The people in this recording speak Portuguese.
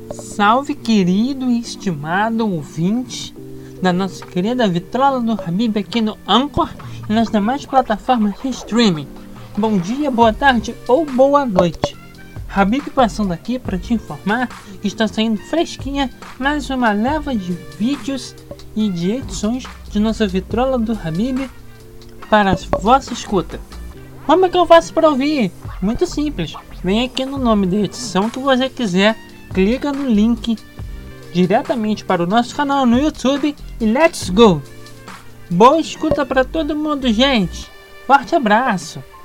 Salve, querido e estimado ouvinte da nossa querida Vitrola do Habib aqui no Anchor e nas demais plataformas de streaming. Bom dia, boa tarde ou boa noite. Habib passando aqui para te informar que está saindo fresquinha mais uma leva de vídeos e de edições de nossa Vitrola do Habib para a vossa escuta. Como é que eu faço para ouvir? Muito simples, vem aqui no nome da edição que você quiser, clica no link diretamente para o nosso canal no YouTube e let's go! Boa escuta para todo mundo, gente! Forte abraço!